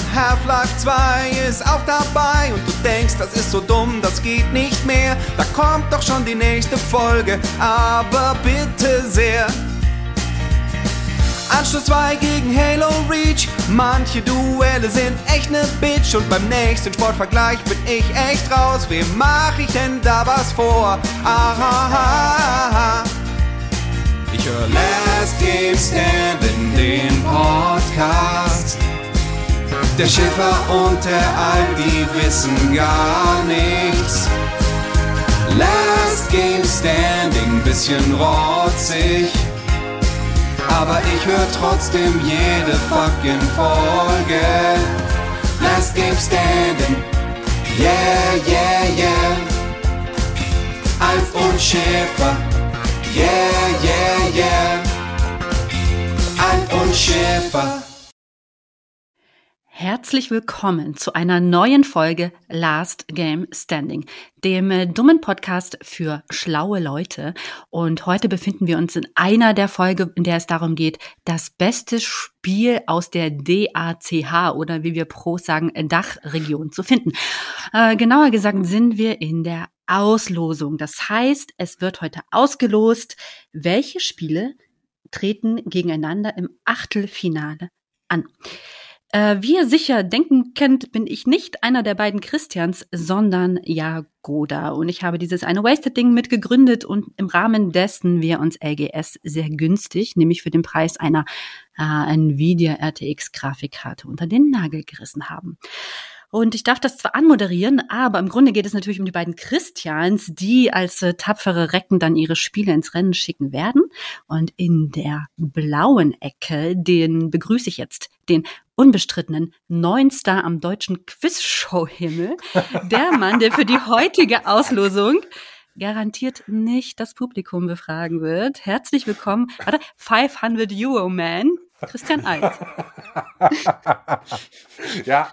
Half-Life 2 ist auch dabei und du denkst, das ist so dumm, das geht nicht mehr. Da kommt doch schon die nächste Folge, aber bitte sehr. Anschluss 2 gegen Halo Reach. Manche Duelle sind echt ne Bitch. Und beim nächsten Sportvergleich bin ich echt raus. Wem mach ich denn da was vor? Aha. Ich höre Last Game Standing, den Podcast. Der Schiffer und der Alp, die wissen gar nichts. Last Game Standing, bisschen rotzig. Aber ich höre trotzdem jede fucking Folge. Last Game Standing, yeah, yeah, yeah. Alf und Schäfer, yeah, yeah, yeah. Alf und Schäfer. Herzlich willkommen zu einer neuen Folge Last Game Standing, dem dummen Podcast für schlaue Leute. Und heute befinden wir uns in einer der Folgen, in der es darum geht, das beste Spiel aus der DACH oder wie wir Pros sagen, Dachregion zu finden. Genauer gesagt sind wir in der Auslosung. Das heißt, es wird heute ausgelost, welche Spiele treten gegeneinander im Achtelfinale an. Wie ihr sicher denken könnt, bin ich nicht einer der beiden Christians, sondern Jagoda. Und ich habe dieses eine Wasted-Ding mitgegründet und im Rahmen dessen wir uns LGS sehr günstig, nämlich für den Preis einer Nvidia RTX Grafikkarte unter den Nagel gerissen haben. Und ich darf das zwar anmoderieren, aber im Grunde geht es natürlich um die beiden Christians, die als tapfere Recken dann ihre Spiele ins Rennen schicken werden. Und in der blauen Ecke, den begrüße ich jetzt, den unbestrittenen neuen Star am deutschen Quizshow-Himmel. Der Mann, der für die heutige Auslosung garantiert nicht das Publikum befragen wird. Herzlich willkommen, 500 Euro Man, Christian Alt. Ja,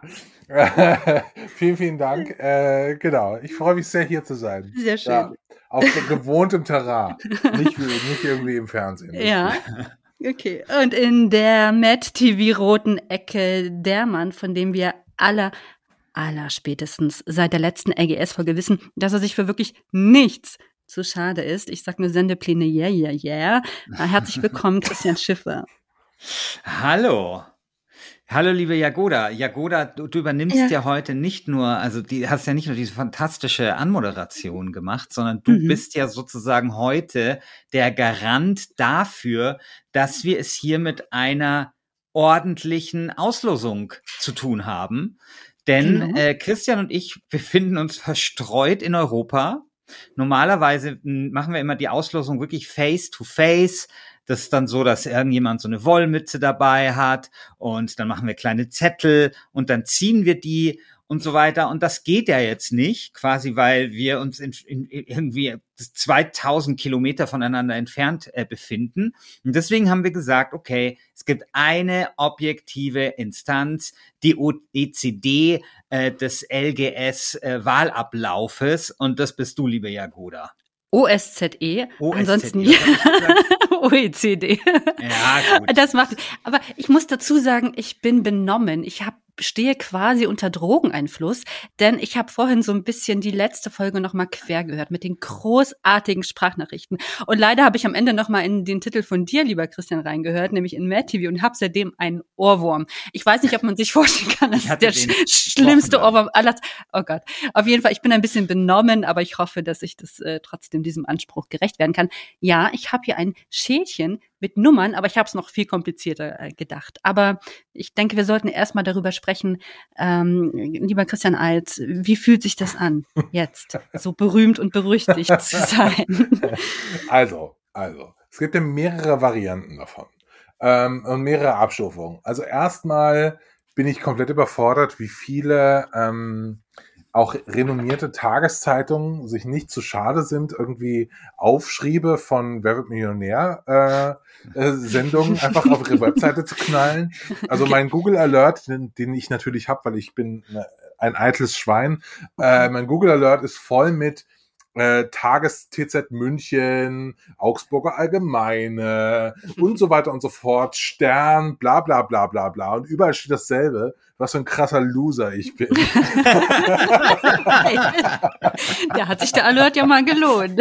vielen Dank. Genau, ich freue mich sehr, hier zu sein. Sehr schön. Ja, auf gewohntem Terrain, nicht irgendwie im Fernsehen. Ja, okay. Und in der Mad-TV-roten Ecke der Mann, von dem wir aller spätestens seit der letzten LGS-Folge wissen, dass er sich für wirklich nichts zu schade ist. Ich sag nur Sendepläne, yeah. Herzlich willkommen, Christian Schiffer. Hallo, liebe Jagoda. Jagoda, du übernimmst ja heute nicht nur, also hast ja nicht nur diese fantastische Anmoderation gemacht, sondern du bist ja sozusagen heute der Garant dafür, dass wir es hier mit einer ordentlichen Auslosung zu tun haben. Denn Christian und ich befinden uns verstreut in Europa. Normalerweise machen wir immer die Auslosung wirklich face to face. Das ist dann so, dass irgendjemand so eine Wollmütze dabei hat und dann machen wir kleine Zettel und dann ziehen wir die und so weiter. Und das geht ja jetzt nicht, quasi weil wir uns in irgendwie 2000 Kilometer voneinander entfernt befinden. Und deswegen haben wir gesagt, okay, es gibt eine objektive Instanz, die OECD des LGS-Wahlablaufes und das bist du, liebe Jagoda. OSZE, ansonsten OECD. Ja, gut. Das macht, aber ich muss dazu sagen, ich bin benommen. Ich stehe quasi unter Drogeneinfluss, denn ich habe vorhin so ein bisschen die letzte Folge noch mal quer gehört mit den großartigen Sprachnachrichten. Und leider habe ich am Ende noch mal in den Titel von dir, lieber Christian, reingehört, nämlich in Mad TV und habe seitdem einen Ohrwurm. Ich weiß nicht, ob man sich vorstellen kann, das ist der schlimmste Ohrwurm aller. Oh Gott. Auf jeden Fall, ich bin ein bisschen benommen, aber ich hoffe, dass ich das trotzdem diesem Anspruch gerecht werden kann. Ja, ich habe hier ein Schälchen mit Nummern, aber ich habe es noch viel komplizierter gedacht. Aber ich denke, wir sollten erstmal darüber sprechen, lieber Christian Alt, wie fühlt sich das an, jetzt so berühmt und berüchtigt zu sein? Also, es gibt ja mehrere Varianten davon und mehrere Abstufungen. Also erstmal bin ich komplett überfordert, wie viele auch renommierte Tageszeitungen sich nicht zu schade sind, irgendwie Aufschriebe von Wer wird Millionär Sendungen einfach auf ihre Webseite zu knallen. Also mein Google Alert, den ich natürlich habe, weil ich bin ein eitles Schwein, mein Google Alert ist voll mit Tages-TZ München, Augsburger Allgemeine und so weiter und so fort, Stern, bla bla bla bla bla. Und überall steht dasselbe, was für ein krasser Loser ich bin. Da hat sich der Alert ja mal gelohnt.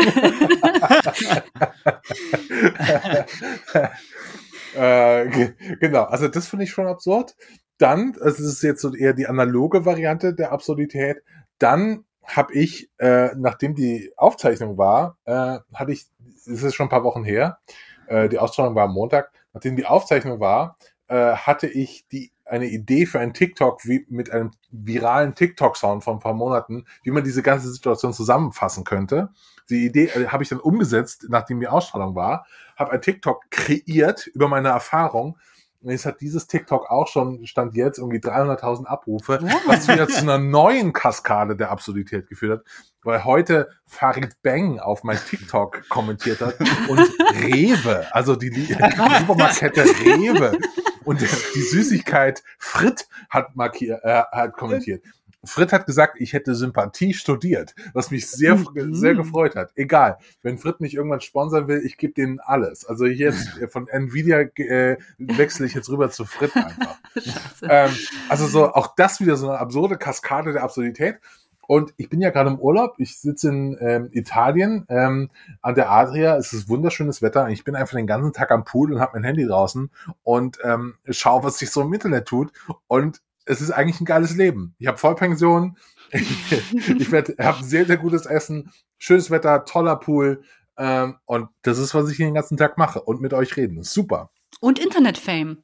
Genau, also das finde ich schon absurd. Dann, also das ist jetzt so eher die analoge Variante der Absurdität, dann habe ich, nachdem die Aufzeichnung war, es ist schon ein paar Wochen her, die Ausstrahlung war am Montag, nachdem die Aufzeichnung war, hatte ich eine Idee für einen TikTok mit einem viralen TikTok-Sound von ein paar Monaten, wie man diese ganze Situation zusammenfassen könnte. Die Idee habe ich dann umgesetzt, nachdem die Ausstrahlung war, habe ein TikTok kreiert über meine Erfahrung. Und jetzt hat dieses TikTok auch schon, stand jetzt irgendwie 300.000 Abrufe, was wieder zu einer neuen Kaskade der Absurdität geführt hat, weil heute Farid Bang auf mein TikTok kommentiert hat und Rewe, also die Supermarktkette Rewe und die Süßigkeit Fritt hat kommentiert. Fritt hat gesagt, ich hätte Sympathie studiert, was mich sehr, sehr gefreut hat. Egal, wenn Fritt mich irgendwann sponsern will, ich gebe denen alles. Also jetzt von Nvidia wechsle ich jetzt rüber zu Fritt einfach. Also so auch das wieder so eine absurde Kaskade der Absurdität. Und ich bin ja gerade im Urlaub. Ich sitze in Italien an der Adria. Es ist wunderschönes Wetter. Ich bin einfach den ganzen Tag am Pool und habe mein Handy draußen und schaue, was sich so im Internet tut. Und es ist eigentlich ein geiles Leben. Ich habe Vollpension, ich habe sehr, sehr gutes Essen, schönes Wetter, toller Pool und das ist, was ich den ganzen Tag mache und mit euch reden. Super. Und Internet-Fame.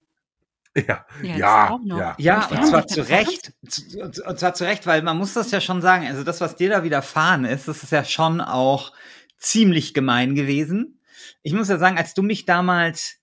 Ja, und zwar zu Recht. Und zwar zu Recht, weil man muss das ja schon sagen, also das, was dir da widerfahren ist, das ist ja schon auch ziemlich gemein gewesen. Ich muss ja sagen, als du mich damals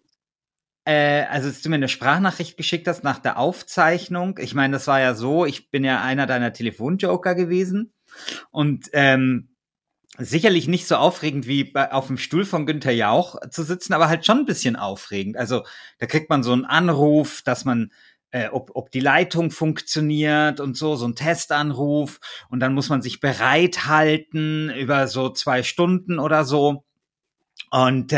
als du mir eine Sprachnachricht geschickt hast nach der Aufzeichnung, ich meine, das war ja so, ich bin ja einer deiner Telefonjoker gewesen und sicherlich nicht so aufregend wie auf dem Stuhl von Günther Jauch zu sitzen, aber halt schon ein bisschen aufregend. Also da kriegt man so einen Anruf, dass man ob die Leitung funktioniert und so ein Testanruf und dann muss man sich bereithalten über so 2 Stunden oder so und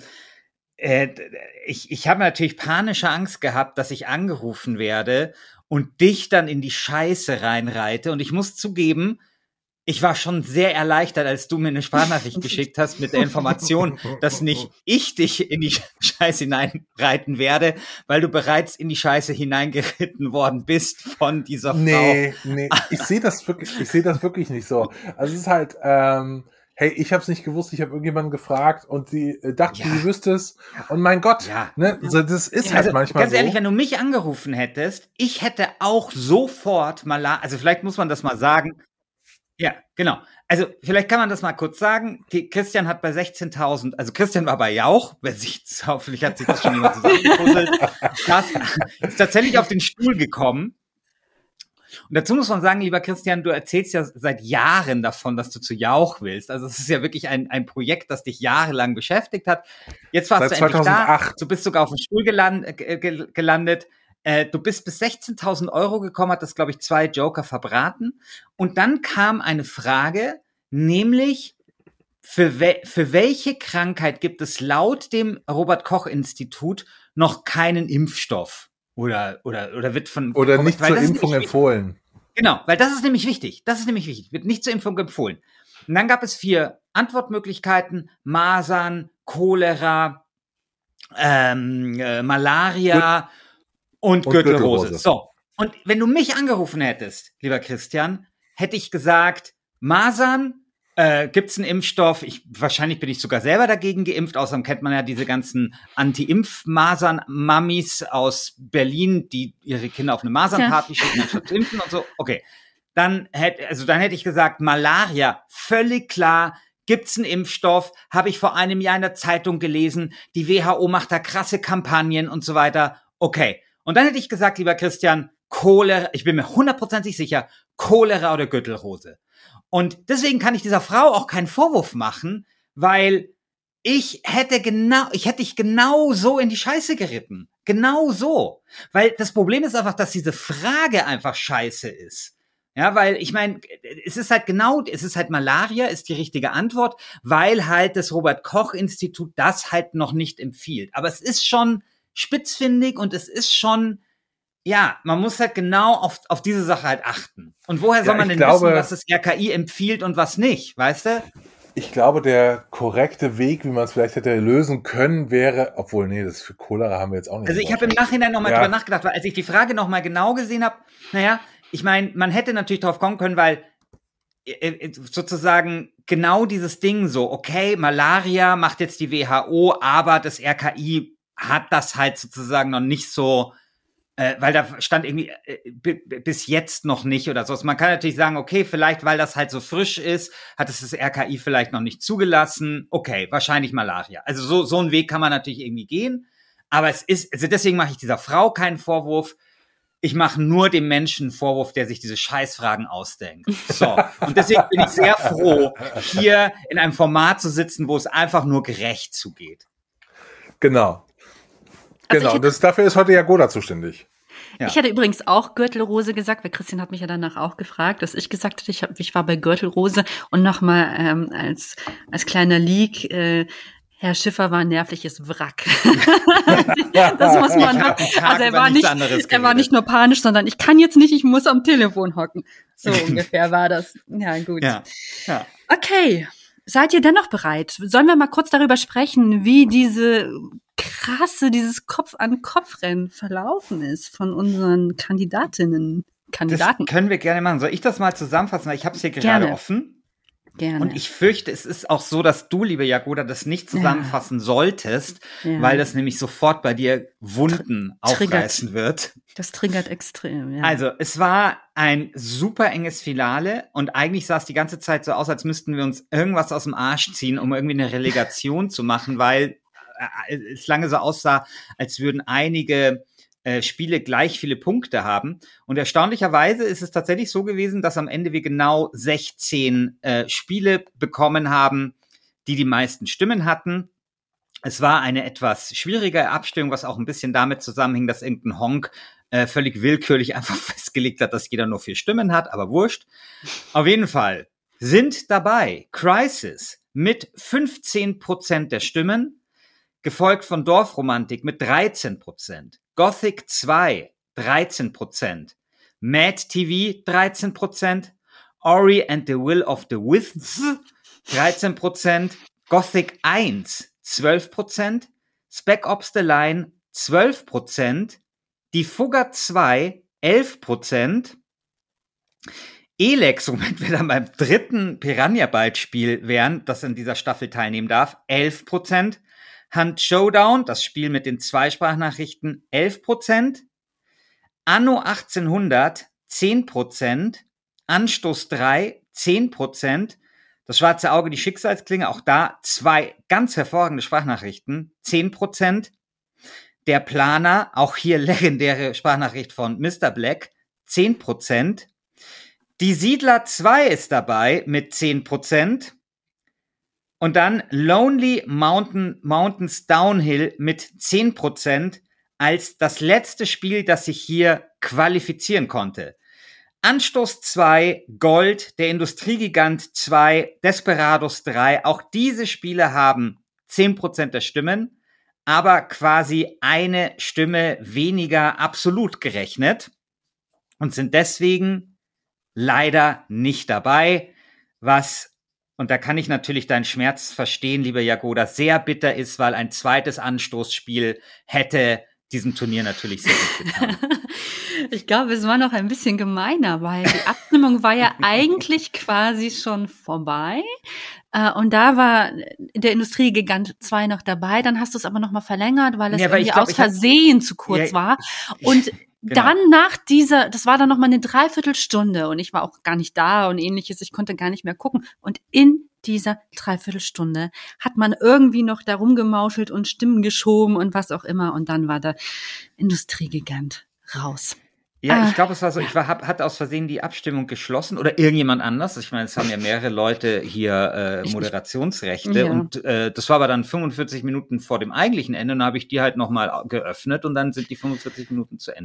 ich habe natürlich panische Angst gehabt, dass ich angerufen werde und dich dann in die Scheiße reinreite. Und ich muss zugeben, ich war schon sehr erleichtert, als du mir eine Sprachnachricht geschickt hast mit der Information, dass nicht ich dich in die Scheiße hineinreiten werde, weil du bereits in die Scheiße hineingeritten worden bist von dieser Frau. Nee, ich sehe das wirklich nicht so. Also es ist halt, hey, ich habe es nicht gewusst, ich habe irgendjemanden gefragt und sie dachte, sie wüsste es. Und mein Gott, ne? Also das ist halt manchmal ganz ehrlich, wenn du mich angerufen hättest, ich hätte auch sofort mal, also vielleicht muss man das mal sagen. Ja, genau. Also vielleicht kann man das mal kurz sagen. Christian hat bei 16.000, also Christian war bei Jauch, hoffentlich hat sich das schon jemand zusammengepuzzelt, ist tatsächlich auf den Stuhl gekommen. Und dazu muss man sagen, lieber Christian, du erzählst ja seit Jahren davon, dass du zu Jauch willst. Also es ist ja wirklich ein Projekt, das dich jahrelang beschäftigt hat. Jetzt warst du endlich 2008. Da. Du bist sogar auf dem Stuhl gelandet. Du bist bis 16.000 Euro gekommen, hat das, glaube ich, 2 Joker verbraten. Und dann kam eine Frage, nämlich für welche Krankheit gibt es laut dem Robert-Koch-Institut noch keinen Impfstoff? Oder wird von... Oder nicht zur Impfung empfohlen. Genau, weil das ist nämlich wichtig. Wird nicht zur Impfung empfohlen. Und dann gab es 4 Antwortmöglichkeiten. Masern, Cholera, Malaria und Gürtelrose. So. Und wenn du mich angerufen hättest, lieber Christian, hätte ich gesagt, Masern, gibt's einen Impfstoff? Wahrscheinlich bin ich sogar selber dagegen geimpft. Außerdem kennt man ja diese ganzen Anti-Impf-Masern-Mammis aus Berlin, die ihre Kinder auf eine Masernparty schicken, anstatt zu impfen und so. Okay. Dann hätte ich gesagt, Malaria, völlig klar. Gibt's einen Impfstoff? Habe ich vor einem Jahr in der Zeitung gelesen. Die WHO macht da krasse Kampagnen und so weiter. Okay. Und dann hätte ich gesagt, lieber Christian, Cholera, ich bin mir 100% sicher, Cholera oder Gürtelrose. Und deswegen kann ich dieser Frau auch keinen Vorwurf machen, weil ich hätte dich genau so in die Scheiße geritten. Genau so. Weil das Problem ist einfach, dass diese Frage einfach scheiße ist. Ja, weil ich meine, es ist halt Malaria ist die richtige Antwort, weil halt das Robert-Koch-Institut das halt noch nicht empfiehlt. Aber es ist schon spitzfindig und es ist schon, ja, man muss halt genau auf diese Sache halt achten. Und woher soll man denn wissen, was das RKI empfiehlt und was nicht, weißt du? Ich glaube, der korrekte Weg, wie man es vielleicht hätte lösen können, wäre, obwohl, nee, das für Cholera haben wir jetzt auch nicht. Also ich habe im Nachhinein nochmal drüber nachgedacht, weil als ich die Frage nochmal genau gesehen habe, ich meine, man hätte natürlich drauf kommen können, weil sozusagen genau dieses Ding so, okay, Malaria macht jetzt die WHO, aber das RKI hat das halt sozusagen noch nicht so, weil da stand irgendwie bis jetzt noch nicht oder so. Man kann natürlich sagen, okay, vielleicht, weil das halt so frisch ist, hat es das RKI vielleicht noch nicht zugelassen. Okay, wahrscheinlich Malaria. Also so einen Weg kann man natürlich irgendwie gehen. Aber also deswegen mache ich dieser Frau keinen Vorwurf. Ich mache nur dem Menschen einen Vorwurf, der sich diese Scheißfragen ausdenkt. So. Und deswegen bin ich sehr froh, hier in einem Format zu sitzen, wo es einfach nur gerecht zugeht. Genau. Genau, dafür ist heute Jagoda zuständig. Ja. Ich hatte übrigens auch Gürtelrose gesagt, weil Christian hat mich ja danach auch gefragt, dass ich gesagt hatte, ich war bei Gürtelrose und nochmal als kleiner Leak, Herr Schiffer war ein nervliches Wrack. Das muss man wirklich. Also er war nicht nur panisch, sondern ich kann jetzt nicht, ich muss am Telefon hocken. So ungefähr war das. Ja, gut. Ja. Okay. Seid ihr dennoch bereit? Sollen wir mal kurz darüber sprechen, wie dieses Kopf-an-Kopf-Rennen verlaufen ist von unseren Kandidaten? Das können wir gerne machen. Soll ich das mal zusammenfassen? Weil ich habe es hier gerade offen. Gerne. Und ich fürchte, es ist auch so, dass du, liebe Jagoda, das nicht zusammenfassen solltest, weil das nämlich sofort bei dir Wunden aufreißen wird. Das triggert extrem, ja. Also, es war ein super enges Finale und eigentlich sah es die ganze Zeit so aus, als müssten wir uns irgendwas aus dem Arsch ziehen, um irgendwie eine Relegation zu machen, weil es lange so aussah, als würden einige Spiele gleich viele Punkte haben. Und erstaunlicherweise ist es tatsächlich so gewesen, dass am Ende wir genau 16 Spiele bekommen haben, die meisten Stimmen hatten. Es war eine etwas schwierige Abstimmung, was auch ein bisschen damit zusammenhing, dass irgendein Honk völlig willkürlich einfach festgelegt hat, dass jeder nur 4 Stimmen hat, aber wurscht. Auf jeden Fall sind dabei Crysis mit 15% der Stimmen, gefolgt von Dorfromantik mit 13%. Gothic 2, 13%. Mad TV, 13%. Ori and the Will of the Wisps, 13%. Gothic 1, 12%. Spec Ops The Line, 12%. Die Fugger 2, 11%. Elex, womit wir dann beim dritten Piranha-Bytes-Spiel wären, das in dieser Staffel teilnehmen darf, 11%. Hunt Showdown, das Spiel mit den 2 Sprachnachrichten, 11%. Anno 1800, 10%. Anstoß 3, 10%. Das Schwarze Auge, die Schicksalsklinge, auch da 2 ganz hervorragende Sprachnachrichten, 10%. Der Planer, auch hier legendäre Sprachnachricht von Mr. Black, 10%. Die Siedler 2 ist dabei mit 10%. Und dann Lonely Mountains Downhill mit 10% als das letzte Spiel, das sich hier qualifizieren konnte. Anstoß 2, Gold, der Industriegigant 2, Desperados 3, auch diese Spiele haben 10% der Stimmen, aber quasi eine Stimme weniger absolut gerechnet und sind deswegen leider nicht dabei, was, und da kann ich natürlich deinen Schmerz verstehen, lieber Jagoda, sehr bitter ist, weil ein zweites Anstoßspiel hätte diesem Turnier natürlich sehr gut getan. Ich glaube, es war noch ein bisschen gemeiner, weil die Abstimmung war ja eigentlich quasi schon vorbei. Und da war der Industriegigant 2 noch dabei. Dann hast du es aber noch mal verlängert, weil es irgendwie aus Versehen zu kurz war. Und dann nach das war dann noch mal eine Dreiviertelstunde und ich war auch gar nicht da und ähnliches. Ich konnte gar nicht mehr gucken. Und in dieser Dreiviertelstunde hat man irgendwie noch da rumgemauschelt und Stimmen geschoben und was auch immer. Und dann war der Industriegigant raus. Ja, ich glaube, es war so, hatte aus Versehen die Abstimmung geschlossen oder irgendjemand anders. Ich meine, es haben ja mehrere Leute hier Moderationsrechte. Ja. Und das war aber dann 45 Minuten vor dem eigentlichen Ende. Und dann habe ich die halt nochmal geöffnet und dann sind die 45 Minuten zu Ende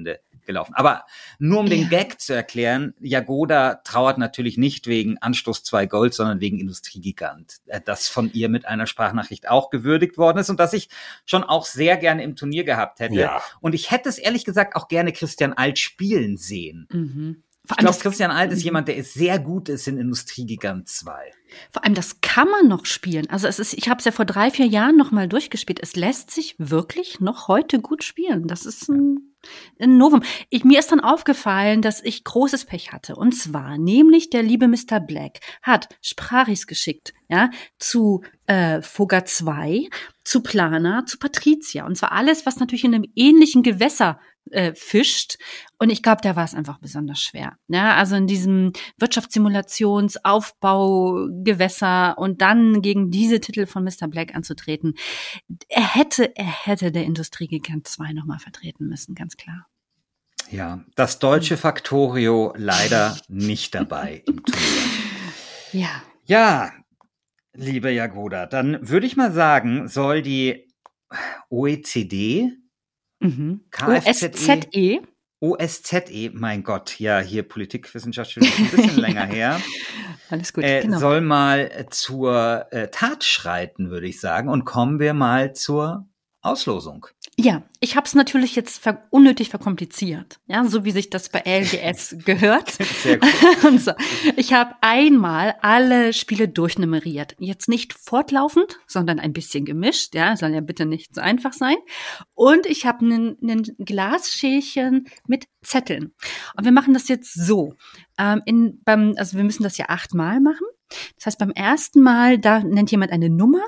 gelaufen. Aber nur um den Gag zu erklären, Jagoda trauert natürlich nicht wegen Anstoß 2 Gold, sondern wegen Industriegigant, das von ihr mit einer Sprachnachricht auch gewürdigt worden ist und das ich schon auch sehr gerne im Turnier gehabt hätte. Ja. Und ich hätte es ehrlich gesagt auch gerne Christian Alt spielen sehen. Mhm. Ich glaube, Christian Alt ist jemand, der sehr gut ist in Industriegigant 2. Vor allem, das kann man noch spielen. Also ich habe es ja vor 3-4 Jahren noch mal durchgespielt. Es lässt sich wirklich noch heute gut spielen. Das ist ein Novum. Mir ist dann aufgefallen, dass ich großes Pech hatte. Und zwar, nämlich der liebe Mr. Black hat Sprachis geschickt, ja, zu Fugger 2, zu Plana, zu Patricia. Und zwar alles, was natürlich in einem ähnlichen Gewässer fischt. Und ich glaube, da war es einfach besonders schwer. Ja, also in diesem Wirtschaftsimulationsaufbaugewässer und dann gegen diese Titel von Mr. Black anzutreten. Er hätte der Industriegigant 2 nochmal vertreten müssen, ganz klar. Ja, das deutsche Factorio leider nicht dabei im Turnier. Ja. Ja, liebe Jagoda, dann würde ich mal sagen, soll die OECD, KFZE, OSZE, mein Gott, ja, hier Politikwissenschaft schon ein bisschen länger her. Alles gut, genau. Soll mal zur Tat schreiten, würde ich sagen. Und kommen wir mal zur Auslosung. Ja, ich habe es natürlich jetzt unnötig verkompliziert, ja, so wie sich das bei LGS gehört. Sehr gut. Und so. Ich habe einmal alle Spiele durchnummeriert. Jetzt nicht fortlaufend, sondern ein bisschen gemischt, ja, soll ja bitte nicht so einfach sein. Und ich habe ein Glasschälchen mit Zetteln. Und wir machen das jetzt so. Also wir müssen das ja 8-mal machen. Das heißt, beim ersten Mal, da nennt jemand eine Nummer,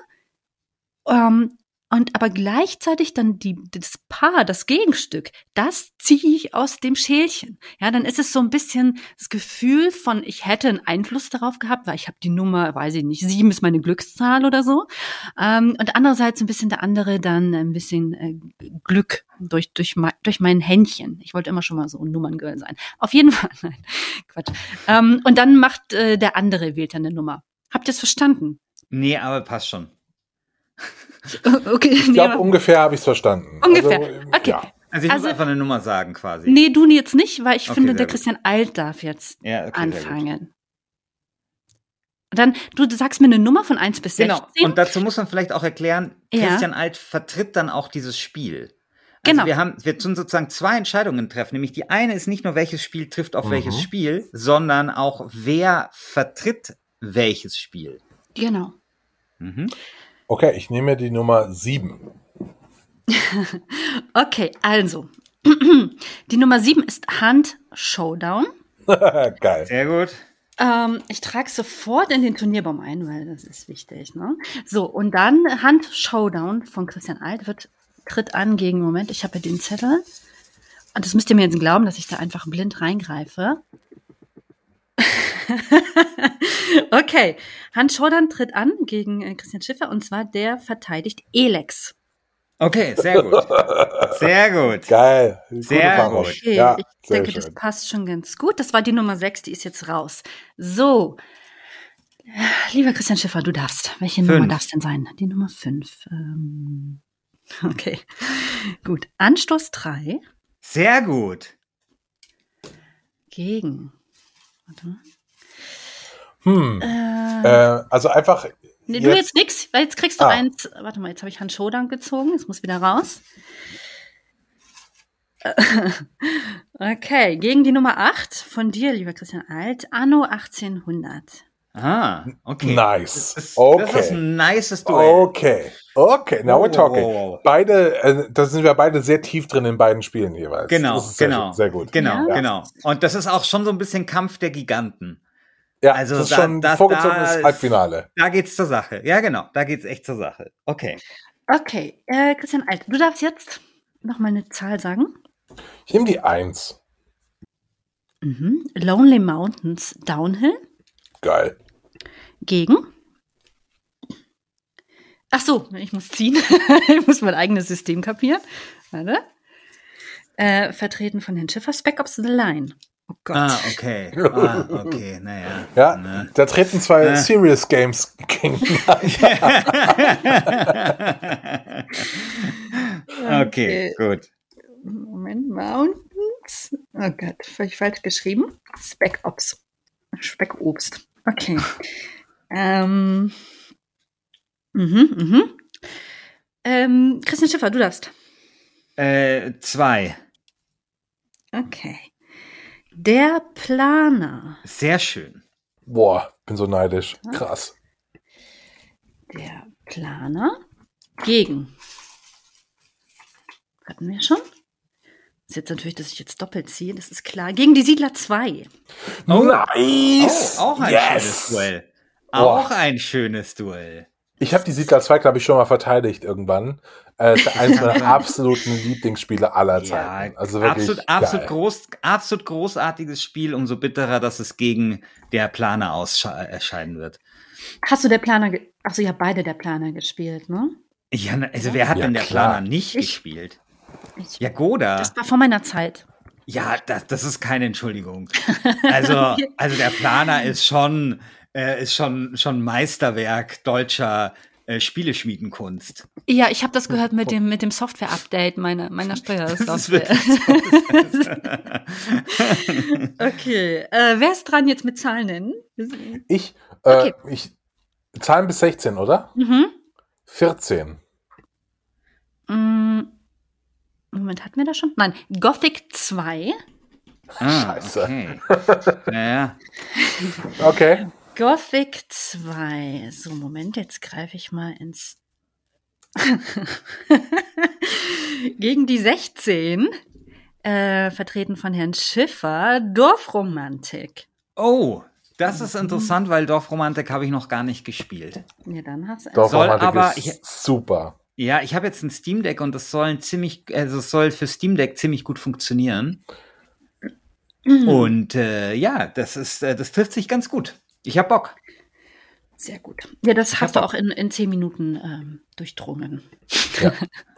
und aber gleichzeitig dann das Paar, das Gegenstück, das ziehe ich aus dem Schälchen. Ja, dann ist es so ein bisschen das Gefühl von, ich hätte einen Einfluss darauf gehabt, weil ich habe die Nummer, weiß ich nicht, 7 ist meine Glückszahl oder so. Und andererseits ein bisschen der andere dann ein bisschen Glück durch mein Händchen. Ich wollte immer schon mal so ein Nummerngirl sein. Auf jeden Fall, nein, Quatsch. Und dann macht der andere, wählt dann eine Nummer. Habt ihr es verstanden? Nee, aber passt schon. Okay, ich glaube, ungefähr habe ich es verstanden. Ungefähr, also, okay. Ja. Also ich muss einfach eine Nummer sagen quasi. Nee, du jetzt nicht, weil ich finde, der gut. Christian Alt darf jetzt anfangen. Und dann, du sagst mir eine Nummer von 1 bis 16. Genau, und dazu muss man vielleicht auch erklären, Christian Alt vertritt dann auch dieses Spiel. Also genau. wir tun sozusagen 2 Entscheidungen treffen, nämlich die eine ist nicht nur, welches Spiel trifft auf welches Spiel, sondern auch, wer vertritt welches Spiel. Genau. Okay, ich nehme die Nummer 7. Okay, also. Die Nummer 7 ist Hand Showdown. Geil. Sehr gut. Ich trage sofort in den Turnierbaum ein, weil das ist wichtig, ne? So, und dann Hand Showdown von Christian Alt tritt an gegen, Moment, ich habe ja den Zettel. Und das müsst ihr mir jetzt glauben, dass ich da einfach blind reingreife. Okay, Hand Showdown tritt an gegen Christian Schiffer und zwar der verteidigt Elex. Okay, sehr gut. Sehr gut. Geil. Sehr gut. Okay, ja, ich denke, schön. das passt schon ganz gut. Das war die Nummer 6, die ist jetzt raus. So, lieber Christian Schiffer, du darfst. Welche 5. Nummer darf es denn sein? Die Nummer 5. Okay, gut. Anstoß 3 Sehr gut. gegen... Warte. Also einfach. Nee, du jetzt nix, weil jetzt kriegst du eins. Warte mal, jetzt habe ich Hand Showdown gezogen, es muss wieder raus. Okay, gegen die Nummer 8 von dir, lieber Christian Alt, Anno 1800. Ah, okay. Nice. Das Okay. ist ein nices Duell. Okay, now we're talking. Wow. Beide, da sind wir beide sehr tief drin in beiden Spielen jeweils. Genau, das ist genau. Sehr gut. Genau, Ja. genau. Und das ist auch schon so ein bisschen Kampf der Giganten. Ja, Also das ist schon ein vorgezogenes Halbfinale. Da geht's zur Sache. Ja, genau. Da geht's echt zur Sache. Okay. Okay, Christian Alt, du darfst jetzt noch mal eine Zahl sagen. Ich nehme die 1. Lonely Mountains Downhill Geil. gegen... Ach so, ich muss ziehen. Ich muss mein eigenes System kapieren. Warte. Vertreten von Herrn Schiffer, Spec Ops The Line. Oh Gott. Okay, naja. Ja, Ne. da treten 2 Serious Games gegeneinander. Okay, gut. Moment, Mountains. Ops. Oh Gott, habe ich falsch geschrieben? Spec-Ops. Speckobst. Okay. Christian Schiffer, du darfst. 2. Okay. Der Planer. Sehr schön. Boah, bin so neidisch. Krass. Der Planer gegen. Hatten wir schon? Das ist jetzt natürlich, dass ich jetzt doppelt ziehe, das ist klar. Gegen die Siedler 2. Oh, nice! Oh, auch ein schönes Duell. Auch ein schönes Duell. Ich habe die Siedler 2, glaube ich, schon mal verteidigt irgendwann. Das ist eines meiner absoluten Lieblingsspiele aller Zeiten. Also wirklich absolut großartiges Spiel, umso bitterer, dass es gegen der Planer erscheiden wird. Hast du der Planer, achso, ihr habt beide der Planer gespielt, ne? Ja, also wer hat denn der Planer nicht gespielt? Jagoda. Das war vor meiner Zeit. Ja, das ist keine Entschuldigung. Also der Planer ist schon Meisterwerk deutscher Spieleschmiedenkunst. Ja, ich habe das gehört mit dem Software-Update meiner Steuersoftware. Okay, wer ist dran jetzt mit Zahlen nennen? Ich Okay. Zahlen bis 16, oder? 14. Moment, hatten wir das schon? Nein, Gothic 2. Scheiße. Okay. Naja. Okay. Gothic 2. So, Moment, jetzt greife ich mal ins... Gegen die 16. Vertreten von Herrn Schiffer. Dorfromantik. Oh, das ist interessant, weil Dorfromantik habe ich noch gar nicht gespielt. Ja, dann hast du Dorfromantik ist super. Ja, ich habe jetzt ein Steam Deck und es soll für Steam Deck ziemlich gut funktionieren. Und das trifft sich ganz gut. Ich hab Bock. Sehr gut. Ja, das hast du auch in 10 Minuten durchdrungen. Ja.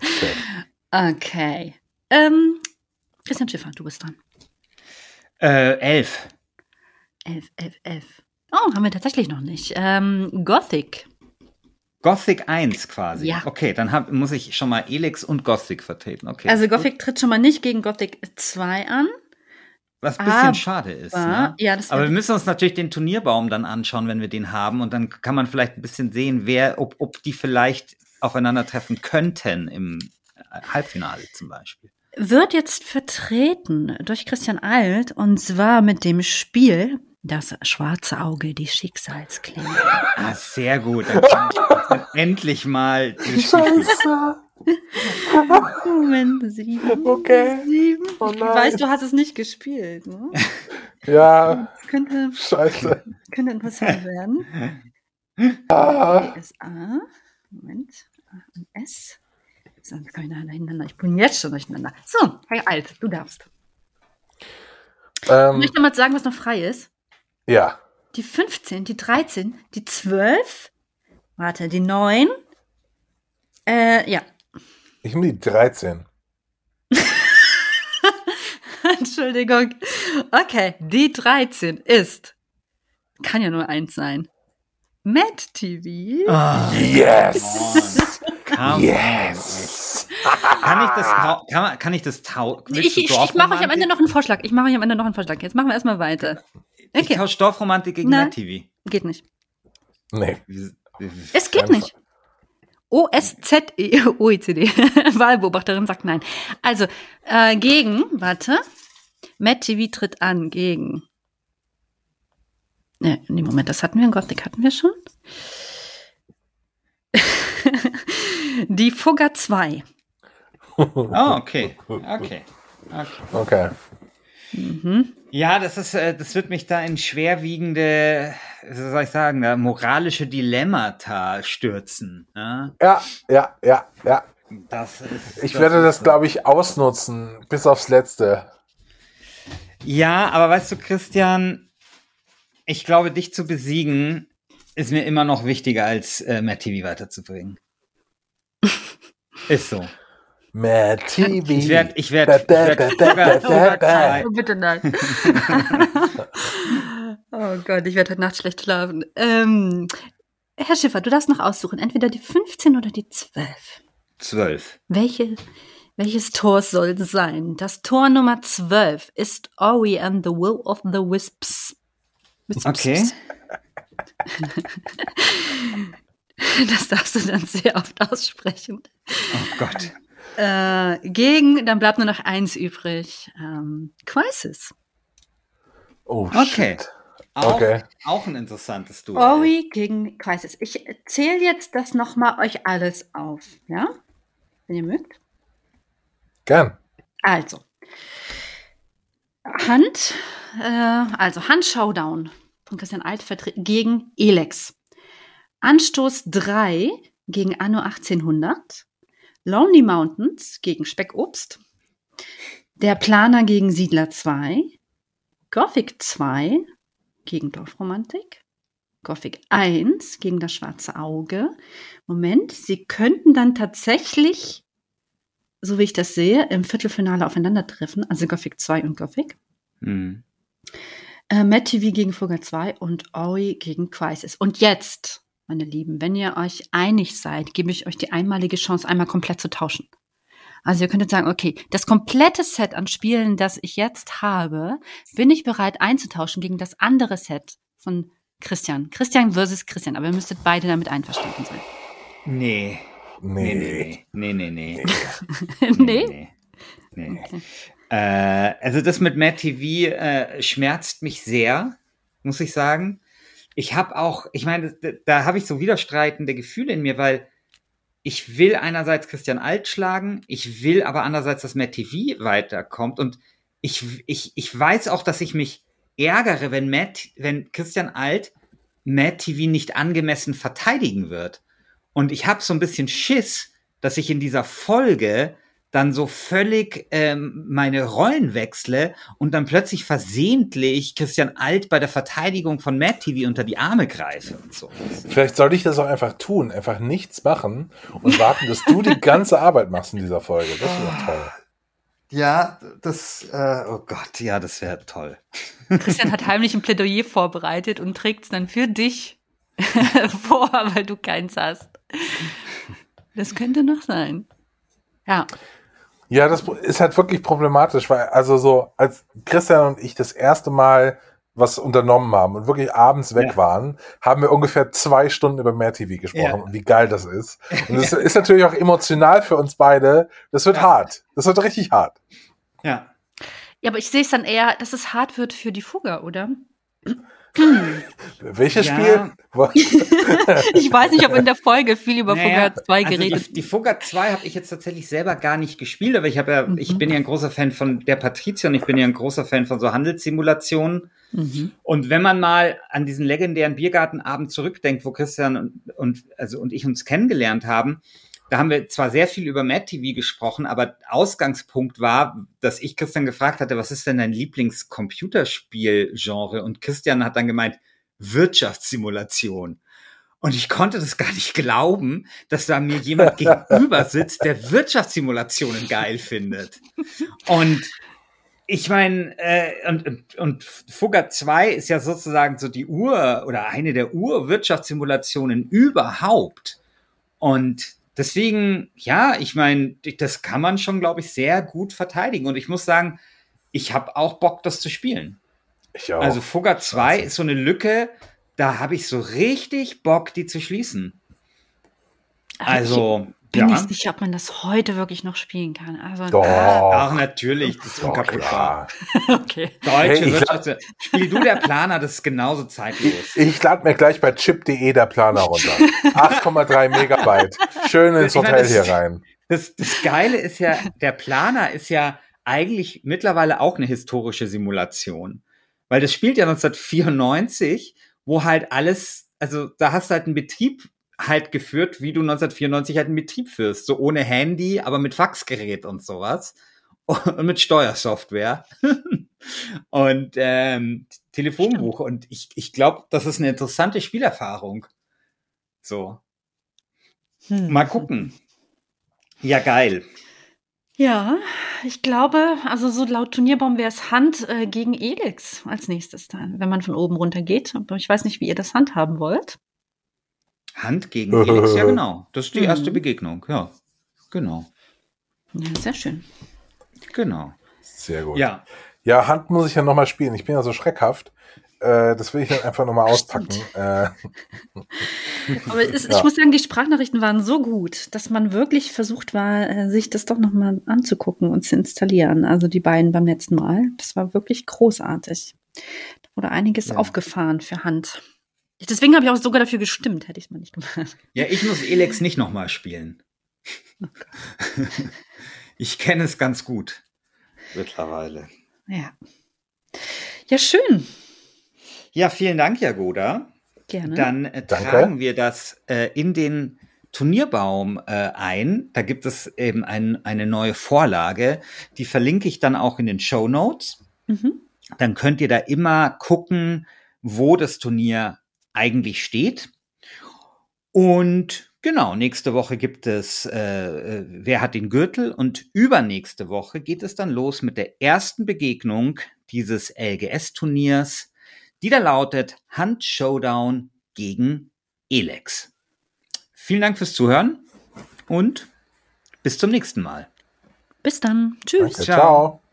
Okay. Christian Schiffer, du bist dran. 11. 11. Oh, haben wir tatsächlich noch nicht. Gothic. Gothic 1 quasi. Ja. Okay, dann muss ich schon mal Elex und Gothic vertreten. Okay. Also Gothic tritt schon mal nicht gegen Gothic 2 an. Was ein bisschen schade ist. Ne? Ja, aber wir müssen uns natürlich den Turnierbaum dann anschauen, wenn wir den haben. Und dann kann man vielleicht ein bisschen sehen, ob die vielleicht aufeinandertreffen könnten im Halbfinale zum Beispiel. Wird jetzt vertreten durch Christian Alt, und zwar mit dem Spiel Das schwarze Auge, die Schicksalsklinge. Ah, sehr gut. Dann kann ich das endlich mal Scheiße. Moment, 7. Okay. 7. Oh Ich nein. weiß, du hast es nicht gespielt. Ne? Ja, Könnte interessant werden. SA. Moment. A und S. Sonst kann ich hintereinander. Ich bin jetzt schon durcheinander. So, Herr Alt, du darfst. Ich möchte mal sagen, was noch frei ist. Ja. Die 15, die 13, die 12. Warte, die 9. Ja. Ich nehme die 13. Entschuldigung. Okay, die 13 ist. Kann ja nur eins sein. Mad TV. Oh, Yes! yes! Kann ich das tauschen? Ich mache euch am Ende noch einen Vorschlag. Jetzt machen wir erstmal weiter. Ich tausche Dorfromantik gegen Mad TV. Geht nicht. Nee. Es geht nicht. OSZE, OECD. Wahlbeobachterin sagt nein. Also, Mad TV tritt an gegen. Ne, Moment, das hatten wir in Gothic, hatten wir schon? Die Fugger 2. Oh, okay. Okay. Mhm. Ja, das wird mich da in schwerwiegende, wie soll ich sagen, moralische Dilemmata stürzen. Ja? Ja. Ich werde das, so. glaube ich, ausnutzen, bis aufs Letzte. Ja, aber weißt du, Christian, ich glaube, dich zu besiegen, ist mir immer noch wichtiger, als Mad TV weiterzubringen. Ist so. Mad TV. Ich werd Oh, bitte nein. Oh Gott, ich werde heute Nacht schlecht schlafen. Herr Schiffer, du darfst noch aussuchen. Entweder die 15 oder die 12. 12. Welche Welches Tor soll es sein? Das Tor Nummer 12 ist Ori and the Will of the Wisps. Okay. Das darfst du dann sehr oft aussprechen. Oh Gott. Dann bleibt nur noch 1 übrig. Crisis. Oh, Okay. shit. Okay. Auch ein interessantes Duell. Ori gegen Crisis. Ich zähle jetzt das nochmal euch alles auf, ja? Wenn ihr mögt. Gern. Also. Hand Showdown von Christian Alt gegen Elex. Anstoß 3 gegen Anno 1800. Lonely Mountains gegen Speckobst. Der Planer gegen Siedler 2. Gothic 2 gegen Dorfromantik. Gothic 1 gegen das schwarze Auge. Moment, sie könnten dann tatsächlich, so wie ich das sehe, im Viertelfinale aufeinandertreffen. Also Gothic 2 und Gothic. Hm. Mad TV gegen Fugger 2 und Ori gegen Crisis. Und jetzt, meine Lieben, wenn ihr euch einig seid, gebe ich euch die einmalige Chance, einmal komplett zu tauschen. Also ihr könntet sagen, okay, das komplette Set an Spielen, das ich jetzt habe, bin ich bereit einzutauschen gegen das andere Set von Christian. Christian versus Christian, aber ihr müsstet beide damit einverstanden sein. Nee. Nee. Nee? Okay. Also das mit Mad TV schmerzt mich sehr, muss ich sagen. Ich meine, da habe ich so widerstreitende Gefühle in mir, weil ich will einerseits Christian Alt schlagen, ich will aber andererseits, dass Mad TV weiterkommt und ich weiß auch, dass ich mich ärgere, wenn Christian Alt Mad TV nicht angemessen verteidigen wird. Und ich habe so ein bisschen Schiss, dass ich in dieser Folge dann so völlig meine Rollen wechsle und dann plötzlich versehentlich Christian Alt bei der Verteidigung von Mad TV unter die Arme greife und so. Vielleicht sollte ich das auch einfach tun, einfach nichts machen und warten, dass du die ganze Arbeit machst in dieser Folge. Das wäre doch toll. Ja, oh Gott, ja, das wäre toll. Christian hat heimlich ein Plädoyer vorbereitet und trägt es dann für dich vor, weil du keins hast. Das könnte noch sein. Ja. Ja, das ist halt wirklich problematisch, weil also so, als Christian und ich das erste Mal was unternommen haben und wirklich abends weg waren, haben wir ungefähr 2 Stunden über Mad TV gesprochen und wie geil das ist. Und das ist natürlich auch emotional für uns beide. Das wird hart. Das wird richtig hart. Ja. Ja, aber ich sehe es dann eher, dass es hart wird für die Fugger, oder? Welches Spiel? Ich weiß nicht, ob in der Folge viel über Fugger 2 geredet. Also die Fugger 2 habe ich jetzt tatsächlich selber gar nicht gespielt, aber ich bin ja ein großer Fan von der Patrizia und ich bin ja ein großer Fan von so Handelssimulationen. Mhm. Und wenn man mal an diesen legendären Biergartenabend zurückdenkt, wo Christian und ich uns kennengelernt haben, da haben wir zwar sehr viel über Mad TV gesprochen, aber Ausgangspunkt war, dass ich Christian gefragt hatte, was ist denn dein Lieblings-Computerspiel-Genre? Und Christian hat dann gemeint, Wirtschaftssimulation. Und ich konnte das gar nicht glauben, dass da mir jemand gegenüber sitzt, der Wirtschaftssimulationen geil findet. Und ich meine, und Fugger 2 ist ja sozusagen so die eine der Ur-Wirtschaftssimulationen überhaupt. Und deswegen, ja, ich meine, das kann man schon, glaube ich, sehr gut verteidigen. Und ich muss sagen, ich habe auch Bock, das zu spielen. Ich auch. Also Fugger 2 ist so eine Lücke, da habe ich so richtig Bock, die zu schließen. Also, ich bin nicht sicher, ob man das heute wirklich noch spielen kann. Also, doch. Ach, natürlich, das ist unkaputtbar. Okay. Deutsche Wirtschaft. Spiel du der Planer, das ist genauso zeitlos. Ich lade mir gleich bei chip.de der Planer runter. 8,3 Megabyte. Schön ins Hotel hier rein. Das Geile ist ja, der Planer ist ja eigentlich mittlerweile auch eine historische Simulation. Weil das spielt ja 1994, wo halt alles, also da hast du halt einen Betrieb halt geführt, wie du 1994 halt einen Betrieb führst. So ohne Handy, aber mit Faxgerät und sowas. Und mit Steuersoftware. Und Telefonbuch. Und ich glaube, das ist eine interessante Spielerfahrung. So. Mal gucken. Ja, geil. Ja, ich glaube, also so laut Turnierbaum wäre es Hand gegen Elex als nächstes dann, wenn man von oben runter geht. Aber ich weiß nicht, wie ihr das handhaben wollt. Hand gegen Elex, ja genau. Das ist die erste Begegnung, ja. Genau. Ja, sehr schön. Genau. Sehr gut. Ja. Ja, Hand muss ich ja nochmal spielen. Ich bin ja so schreckhaft. Das will ich dann einfach nochmal auspacken. Aber ich muss sagen, die Sprachnachrichten waren so gut, dass man wirklich versucht war, sich das doch nochmal anzugucken und zu installieren. Also die beiden beim letzten Mal. Das war wirklich großartig. Da wurde einiges aufgefahren für Hand. Deswegen habe ich auch sogar dafür gestimmt, hätte ich es mal nicht gemacht. Ja, ich muss Elex nicht nochmal spielen. Okay. Ich kenne es ganz gut mittlerweile. Ja. Ja, schön. Ja, vielen Dank, Jagoda. Gerne. Dann tragen wir das in den Turnierbaum ein. Da gibt es eben eine neue Vorlage. Die verlinke ich dann auch in den Shownotes. Mhm. Dann könnt ihr da immer gucken, wo das Turnier eigentlich steht. Und genau, nächste Woche gibt es Wer hat den Gürtel? Und übernächste Woche geht es dann los mit der ersten Begegnung dieses LGS-Turniers, die da lautet Hand Showdown gegen Elex. Vielen Dank fürs Zuhören und bis zum nächsten Mal. Bis dann. Tschüss. Danke, ciao.